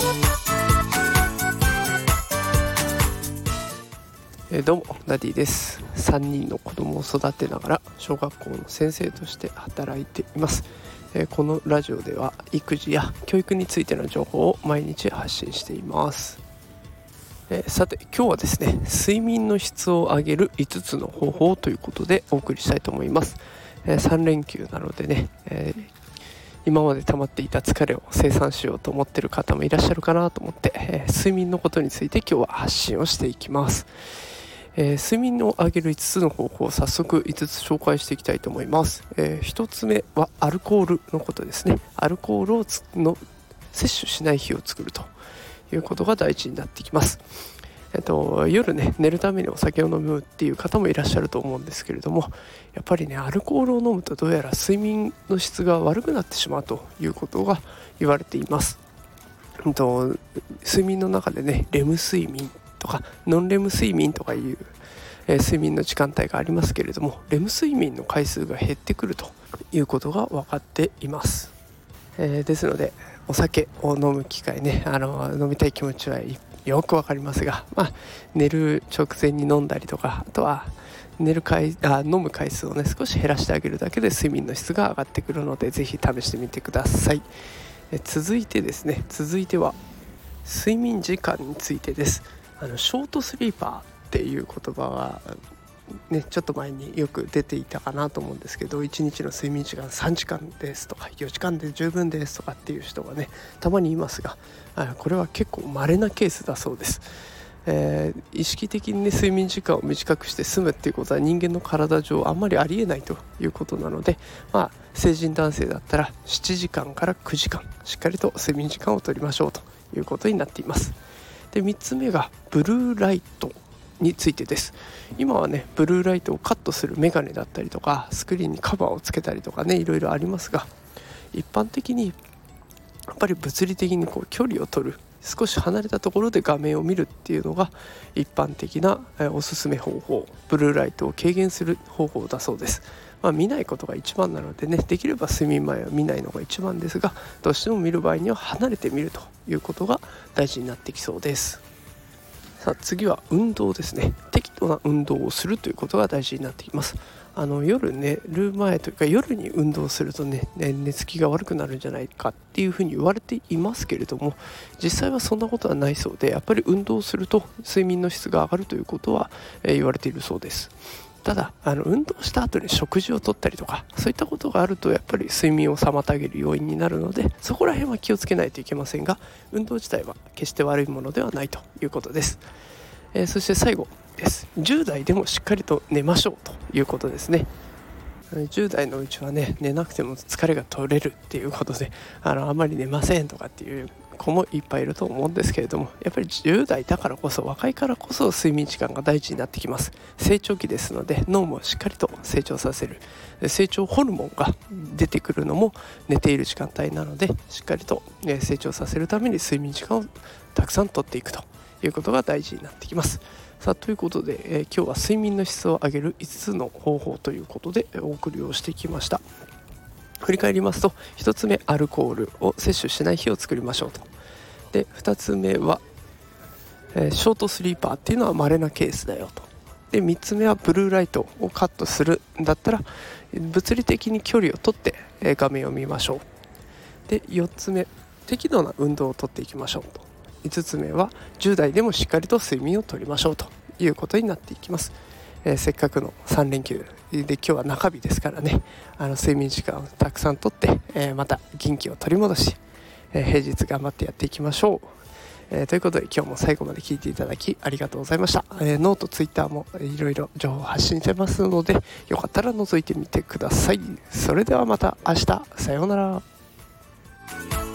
どうもダディです。3人の子供を育てながら小学校の先生として働いています。このラジオでは育児や教育についての情報を毎日発信しています。さて今日はですね、睡眠の質を上げる5つの方法ということでお送りしたいと思います。3連休なのでね、今まで溜まっていた疲れを清算しようと思っている方もいらっしゃるかなと思って、睡眠のことについて今日は発信をしていきます。睡眠を上げる5つの方法を早速5つ紹介していきたいと思います。1つ目はアルコールのことですね。アルコールを摂取しない日を作るということが大事になってきます。夜ね、寝るためにお酒を飲むっていう方もいらっしゃると思うんですけれども、やっぱりね、アルコールを飲むとどうやら睡眠の質が悪くなってしまうということが言われています。睡眠の中でね、レム睡眠とかノンレム睡眠とかいう、睡眠の時間帯がありますけれども、レム睡眠の回数が減ってくるということが分かっています。ですのでお酒を飲む機会ね、飲みたい気持ちはよくわかりますが、寝る直前に飲んだりとか、あとは飲む回数をね少し減らしてあげるだけで睡眠の質が上がってくるので、ぜひ試してみてください。続いては睡眠時間についてです。ショートスリーパーっていう言葉はね、ちょっと前によく出ていたかなと思うんですけど、1日の睡眠時間3時間ですとか4時間で十分ですとかっていう人がねたまにいますが、これは結構稀なケースだそうです。意識的にね睡眠時間を短くして済むっていうことは人間の体上あんまりありえないということなので、成人男性だったら7時間から9時間しっかりと睡眠時間を取りましょうということになっています。で、3つ目がブルーライトについてです。今はねブルーライトをカットするメガネだったりとか、スクリーンにカバーをつけたりとかね、いろいろありますが、一般的にやっぱり物理的に距離を取る、少し離れたところで画面を見るっていうのが一般的なおすすめ方法、ブルーライトを軽減する方法だそうです。見ないことが一番なのでね、できれば睡眠前は見ないのが一番ですが、どうしても見る場合には離れて見るということが大事になってきそうです。さあ次は運動ですね。適度な運動をするということが大事になってきます。夜寝る前というか夜に運動するとね、寝つきが悪くなるんじゃないかっていうふうに言われていますけれども、実際はそんなことはないそうで、やっぱり運動すると睡眠の質が上がるということは、言われているそうです。ただ運動した後に食事をとったりとか、そういったことがあるとやっぱり睡眠を妨げる要因になるので、そこら辺は気をつけないといけませんが、運動自体は決して悪いものではないということです。そして最後です。10代でもしっかりと寝ましょうということですね。10代のうちはね、寝なくても疲れが取れるっていうことであまり寝ませんとかっていう子もいっぱいいると思うんですけれども、やっぱり10代だからこそ、若いからこそ睡眠時間が大事になってきます。成長期ですので、脳もしっかりと成長させる、成長ホルモンが出てくるのも寝ている時間帯なので、しっかりと成長させるために睡眠時間をたくさんとっていくということが大事になってきます。さあということで、今日は睡眠の質を上げる5つの方法ということでお送りをしてきました。振り返りますと、1つ目アルコールを摂取しない日を作りましょうと。で2つ目は、ショートスリーパーっていうのは稀なケースだよと。で3つ目はブルーライトをカットするんだったら物理的に距離をとって、画面を見ましょう。で4つ目、適度な運動をとっていきましょうと。5つ目は10代でもしっかりと睡眠をとりましょうということになっていきます。せっかくの3連休で今日は中日ですからね、睡眠時間をたくさんとって、また元気を取り戻し、平日頑張ってやっていきましょう。ということで今日も最後まで聞いていただきありがとうございました。ノート、ツイッターもいろいろ情報発信してますので、よかったら覗いてみてください。それではまた明日、さようなら。